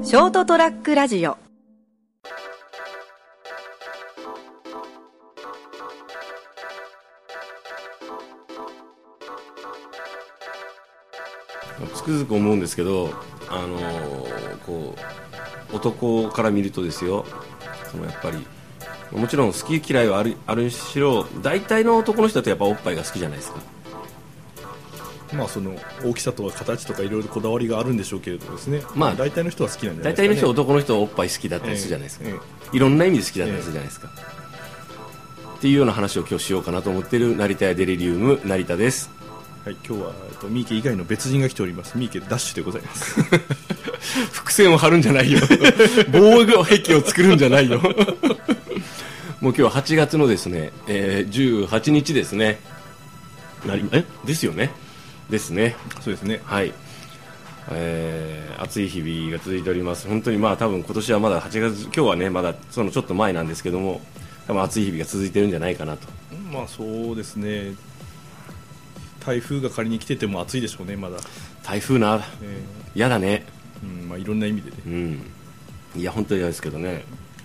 ショートトラックラジオ。 つくづく思うんですけど、こう男から見るとですよ、やっぱりもちろん好き嫌いはあるにしろ、大体の男の人だとやっぱおっぱいが好きじゃないですか。 まあその大きさとか形とかいろいろこだわりがあるんでしょうけれどですね、 まあ大体の人は好きなんじゃないですかね。 大体の人、男の人はおっぱい好きだったりするじゃないですか、いろんな意味で好きだったりするじゃないですか、っていうような話を今日しようかなと思っている成田屋デリリウム成田です。 はい、今日は三池以外の別人が来ております。三池ダッシュでございます伏線を張るんじゃないよ防御壁を作るんじゃないよもう今日は8月のですね、18日ですね。ですよね。ですね。 そうですね。 はい。暑い日々が続いております。本当にまあ多分今年はまだ8月、今日はねまだそのちょっと前なんですけども、多分暑い日々が続いてるんじゃないかなと。 まあそうですね。台風が仮に来てても暑いでしょうね、まだ。 台風な、嫌だね。 まあいろんな意味でね。 いや本当に嫌ですけどね。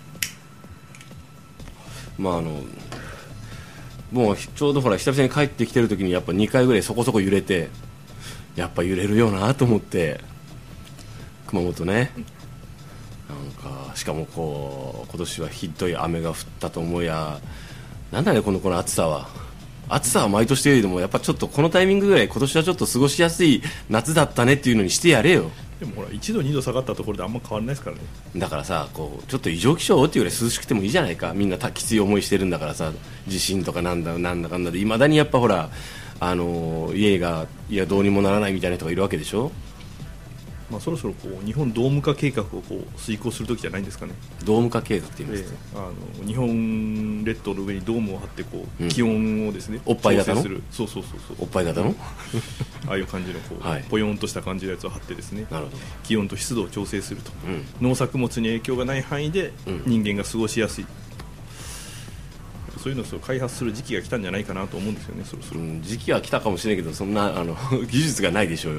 まあもうちょうどほら久々に帰ってきてる時にやっぱ2回ぐらいそこそこ揺れて、やっぱ揺れるよなと思って、熊本ね、なんかしかもこう今年はひどい雨が降ったと思いや、なんだねこの暑さは。暑さは毎年よりもやっぱちょっとこのタイミングぐらい今年はちょっと過ごしやすい夏だったねっていうのにしてやれよ。 でもほら1度2度下がったところであんま変わらないですからね。 だからさ、こうちょっと異常気象っていうぐらい涼しくてもいいじゃないか。みんなきつい思いしてるんだからさ、地震とかなんだかんだでいまだにやっぱほら家がどうにもならないみたいな人がいるわけでしょ。まあ、そろそろこう日本ドーム化計画をこう遂行するときじゃないんですかね。 ドーム化計画って言いますか。 日本列島の上にドームを張ってこう、気温をですねおっぱい型の調整する。そうおっぱい型のああいう感じのこう、ポヨンとした感じのやつを張ってですね、 なるほど、 気温と湿度を調整すると、農作物に影響がない範囲で人間が過ごしやすい、そういうのを開発する時期が来たんじゃないかなと思うんですよね。そろそろ、 時期は来たかもしれないけど、そんな技術がないでしょうよ。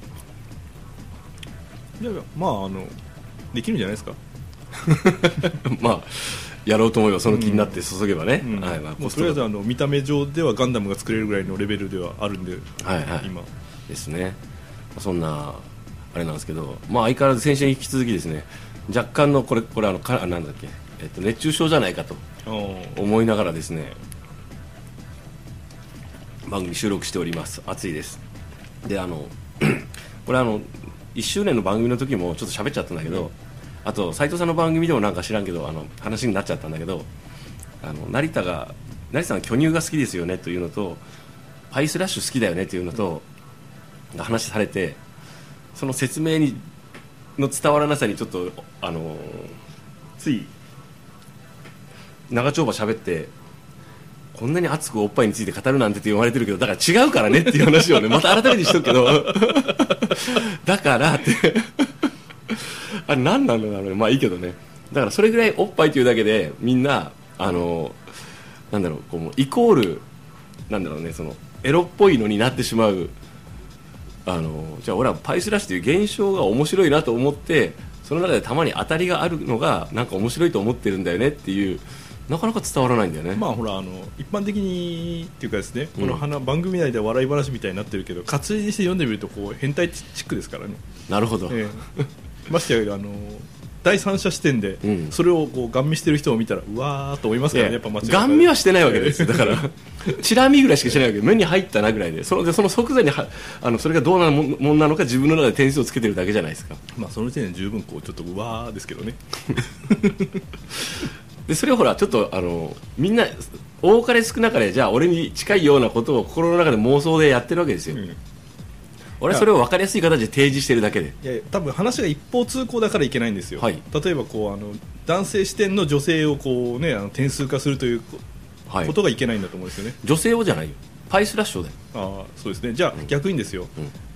いやまあできるんじゃないですかまあやろうと思えばその気になって注げばね、 もうとりあえず見た目上ではガンダムが作れるぐらいのレベルではあるんで、今ですね。そんなあれなんですけど、まあ相変わらず先週に引き続きですね、若干のこれなんだっけ、熱中症じゃないかと思いながらですね、番組収録しております。暑いです。でこれ1周年の番組の時もちょっと喋っちゃったんだけど、あと斉藤さんの番組でもなんか知らんけど話になっちゃったんだけど、成田さんは巨乳が好きですよねというのと、パイスラッシュ好きだよねというのと、話されて、その説明の伝わらなさにちょっとつい長丁場喋って、こんなに熱くおっぱいについて語るなんてって言われてるけど、だから違うからねっていう話をねまた改めてしとくけどだからってあれ何なんだろうね。まあいいけどね。だからそれぐらいおっぱいというだけでみんななんだろう、こうイコールなんだろうね、そのエロっぽいのになってしまう。じゃあ俺はパイスラッシュという現象が面白いなと思って、その中でたまに当たりがあるのがなんか面白いと思ってるんだよねっていう、なかなか伝わらないんだよね。 まあほら一般的にっていうかですね、この番組内では笑い話みたいになってるけど、活字にして読んでみるとこう変態チックですからね。 なるほど、 ましてや第三者視点でそれをこうガン見してる人を見たらうわーと思いますからね。やっぱ間違いない。 ガン見はしてないわけですよ。だからチラ見ぐらいしかしてないわけで、目に入ったなぐらいで、その即座にそれがどうなもんなのか自分の中で点数をつけてるだけじゃないですか。 まあその時点で十分こうちょっとうわーですけどねでそれをほらちょっとみんな多かれ少なかれじゃあ俺に近いようなことを心の中で妄想でやってるわけですよ、俺はそれを分かりやすい形で提示してるだけで。 いや多分話が一方通行だからいけないんですよ、 はい、 例えばこう男性視点の女性をこう、ね、点数化するということがいけないんだと思うんですよね。 女性をじゃないよ、パイスラッシュだよ。 そうですね。じゃあ、逆にですよ、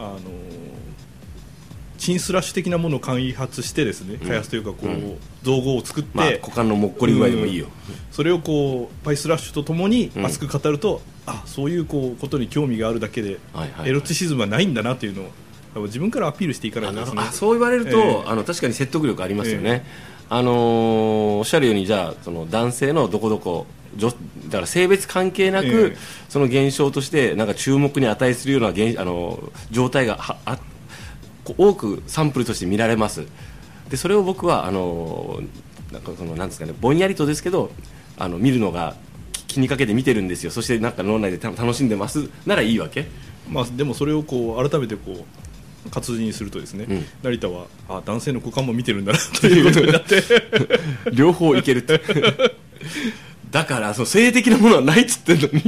チンスラッシュ的なものを開発してですね、開発というかこう、造語を作って、 股間のもっこり具合でもいいよ、 それをこうパイスラッシュとともに熱く語ると、そういうことに興味があるだけで、エロチシズムはないんだなというのを自分からアピールしていかないとですね。 そう言われると、確かに説得力ありますよね、おっしゃるように、じゃあその男性のどこどこだから性別関係なく、その現象としてなんか注目に値するような状態が多くサンプルとして見られます。でそれを僕はなんかなんですかね、ぼんやりとですけど見るのが気にかけて見てるんですよ。そしてなんか脳内で楽しんでますならいいわけ、 でもそれをこう改めてこう活字にするとですね、成田は男性の股間も見てるんだなということになって両方いけるってだからその性的なものはないっつってんのに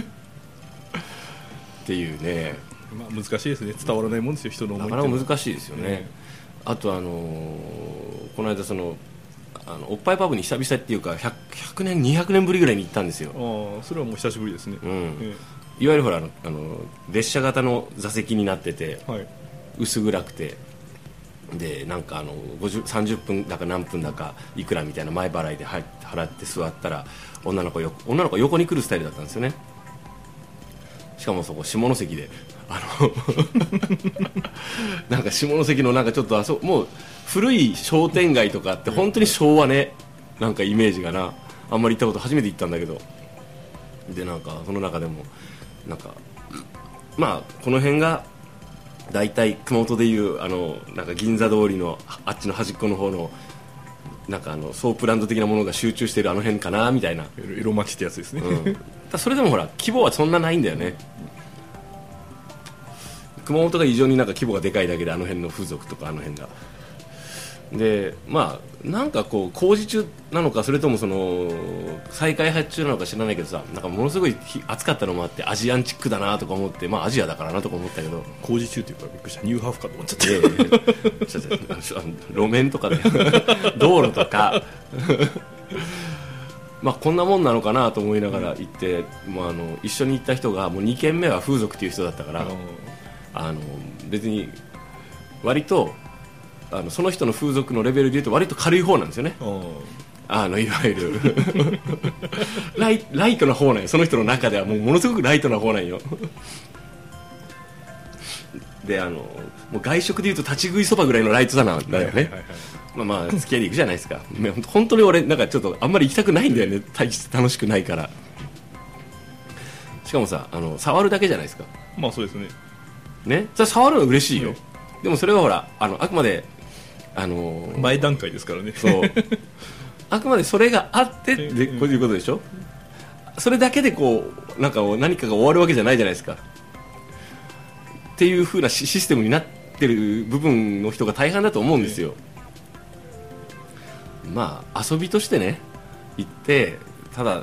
っていうね、 難しいですね。伝わらないもんですよ、人の思いって。 なかなか難しいですよね、あとこの間おっぱいパブに久々っていうか 100年200年ぶりぐらいに行ったんですよ。 それはもう久しぶりですね、 いわゆるほら列車型の座席になってて、薄暗くて、でなんか30分だか何分だかいくらみたいな前払いで払って座ったら女の子横に来るスタイルだったんですよね。しかもそこ下関でなんか下関のなんかちょっともう古い商店街とかって本当に昭和ね、なんかイメージがな、あんまり行ったこと初めて行ったんだけど、でなんかその中でもなんかこの辺がだいたい熊本でいうなんか銀座通りのあっちの端っこの方のなんかソープランド的なものが集中している辺かなみたいな、 エロ町ってやつですね、 それでもほら規模はそんなないんだよね。熊本が異常になんか規模がでかいだけで、辺の風俗とか辺がで、なんかこう工事中なのか、それとも再開発中なのか知らないけどさ、なんかものすごい暑かったのもあってアジアンチックだなとか思って、アジアだからなとか思ったけど、 工事中っていうかびっくりした、ニューハーフかと思っちゃって路面とかで道路とかこんなもんなのかなと思いながら行って、一緒に行った人がもう2軒目は風俗っていう人だったから、別に割とその人の風俗のレベルでいうと割と軽い方なんですよね。いわゆるライトな方なんよ、その人の中ではものすごくライトな方なんよでもう外食でいうと立ち食いそばぐらいのライトさなんだよね。付き合いで行くじゃないですか。本当に俺なんかちょっとあんまり行きたくないんだよね、大して楽しくないから。しかもさ触るだけじゃないですか。 そうですね、それ触るの嬉しいよ、でもそれはほらあくまで前段階ですからね。 そうあくまでそれがあってでこういうことでしょ。それだけでこう何かが終わるわけじゃないじゃないですかっていう風なシステムになってる部分の人が大半だと思うんですよ。遊びとしてね行って、ただ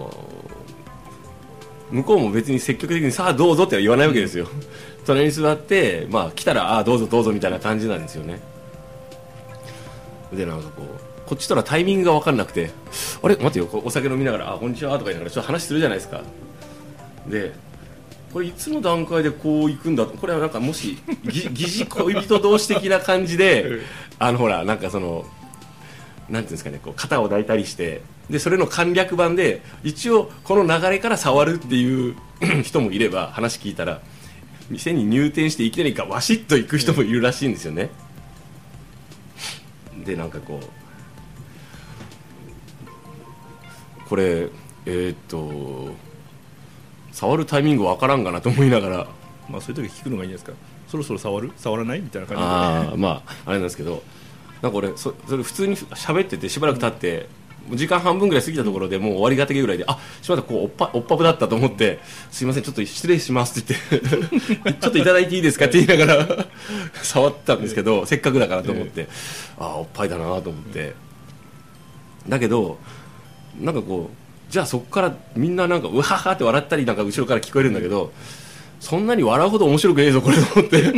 向こうも別に積極的にさあどうぞっては言わないわけですよ、隣に座って、来たらどうぞどうぞみたいな感じなんですよね。でなんかこっちとらタイミングが分かんなくて、あれ待ってよ、お酒飲みながらこんにちはとか言いながらちょっと話するじゃないですか。でこれいつの段階でこう行くんだ、これはなんかもし疑似恋人同士的な感じでほらなんかなんていうんですかね、こう肩を抱いたりして、でそれの簡略版で一応この流れから触るっていう人もいれば、話聞いたら店に入店していきなりワシッと行く人もいるらしいんですよね。でなんかこれ触るタイミングわからんかなと思いながら、 そういう時聞くのがいいんですか。そろそろ触らないみたいな感じで、 あれなんですけど、なんか俺それ普通に喋っててしばらく経って、時間半分ぐらい過ぎたところでもう終わりがたけぐらいで、しまったおっぱぶだったと思って、すいませんちょっと失礼しますって言ってちょっといただいていいですかって言いながら触ったんですけど、せっかくだからと思って、おっぱいだなと思って、だけどなんかじゃあそこからみんななんかうわははって笑ったりなんか後ろから聞こえるんだけど、そんなに笑うほど面白くねえぞこれと思って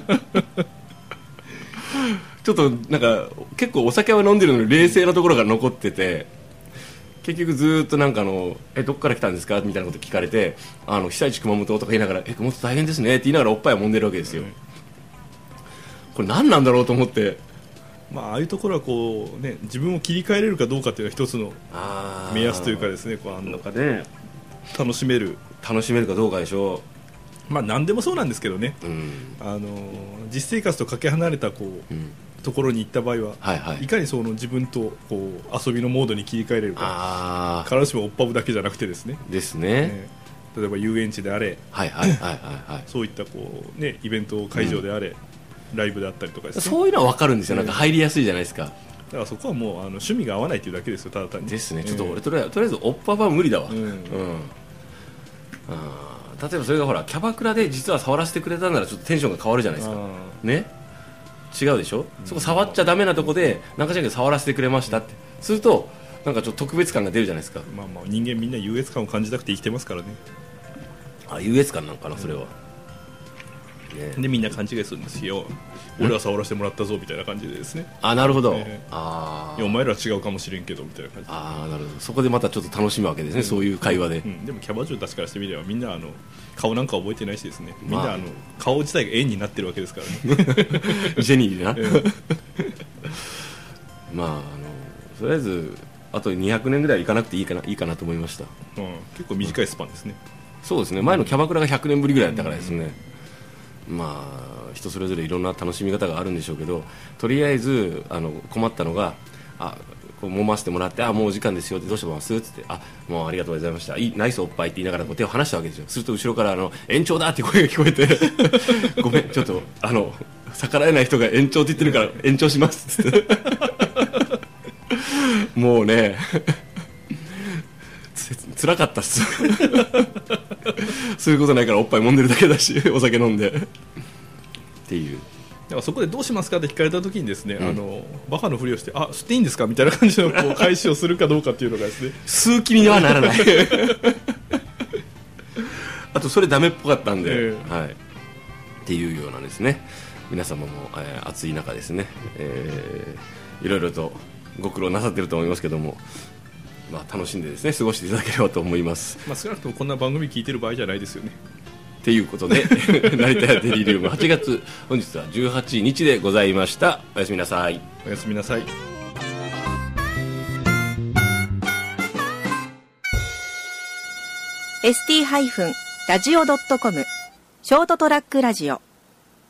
ちょっとなんか結構お酒は飲んでるのに冷静なところが残ってて、結局ずっとなんかどっから来たんですかみたいなこと聞かれて、被災地熊本とか言いながら熊本大変ですねって言いながらおっぱいを揉んでるわけですよ。これ何なんだろうと思って、 ああいうところは自分を切り替えれるかどうかっていうのは一つの目安というかですね、 なんかね楽しめるかどうかでしょう。 まあ何でもそうなんですけどね、実生活とかけ離れたところに行った場合は、はいはい、いかにその自分と遊びのモードに切り替えれるか、必ずしもおっぱぶだけじゃなくてですね、例えば遊園地であれ、そういったイベント会場であれ、ライブであったりとかですね、 そういうのは分かるんですよ、なんか入りやすいじゃないですか。 だからそこはもう趣味が合わないというだけですよ、ただ単にですね。ちょっと俺とりあえずおっぱぶは無理だわ。例えばそれがほらキャバクラで実は触らせてくれたならちょっとテンションが変わるじゃないですかね。違うでしょ、そこ触っちゃダメなとこでなんかじゃなくて触らせてくれましたってするとなんかちょっと特別感が出るじゃないですか。 まあ人間みんな優越感を感じたくて生きてますからね。 優越感なのかなそれは、 でみんな勘違いするんですよ。俺は触らせてもらったぞみたいな感じでですね。 なるほど、いやお前らは違うかもしれんけどみたいな感じで。 なるほど。そこでまたちょっと楽しむわけですね、そういう会話で、 でもキャバ嬢たちからしてみればみんな顔なんか覚えてないしですね、みんな顔自体が円になってるわけですからねジェニーでな、とりあえずあと200年ぐらい行かなくていいかなと思いました。 結構短いスパンですね。 そうですね。前のキャバクラが100年ぶりぐらいだったからですね、人それぞれいろんな楽しみ方があるんでしょうけど、とりあえず困ったのがこう揉ませてもらって、もうお時間ですよって、どうしてますって言って、もうありがとうございました、ナイスおっぱいって言いながら手を離したわけですよ。すると後ろから延長だって声が聞こえてごめんちょっと逆らえない人が延長って言ってるから延長しますってもうね辛かったっすそういうことないからおっぱい揉んでるだけだしお酒飲んでっていう。 だからそこでどうしますかって聞かれた時にですね、バカのふりをして吸っていいんですかみたいな感じの返しをするかどうかっていうのがですね吸う気にはならないあとそれダメっぽかったんで、っていうようなですね、皆様も、暑い中ですね、いろいろとご苦労なさってると思いますけども、楽しんでですね過ごしていただければと思います。 少なくともこんな番組聞いてる場合じゃないですよねということで成田屋デリリウム8月本日は18日でございました。おやすみなさい。 おやすみなさい。 ST-radio.com ショートトラックラジオ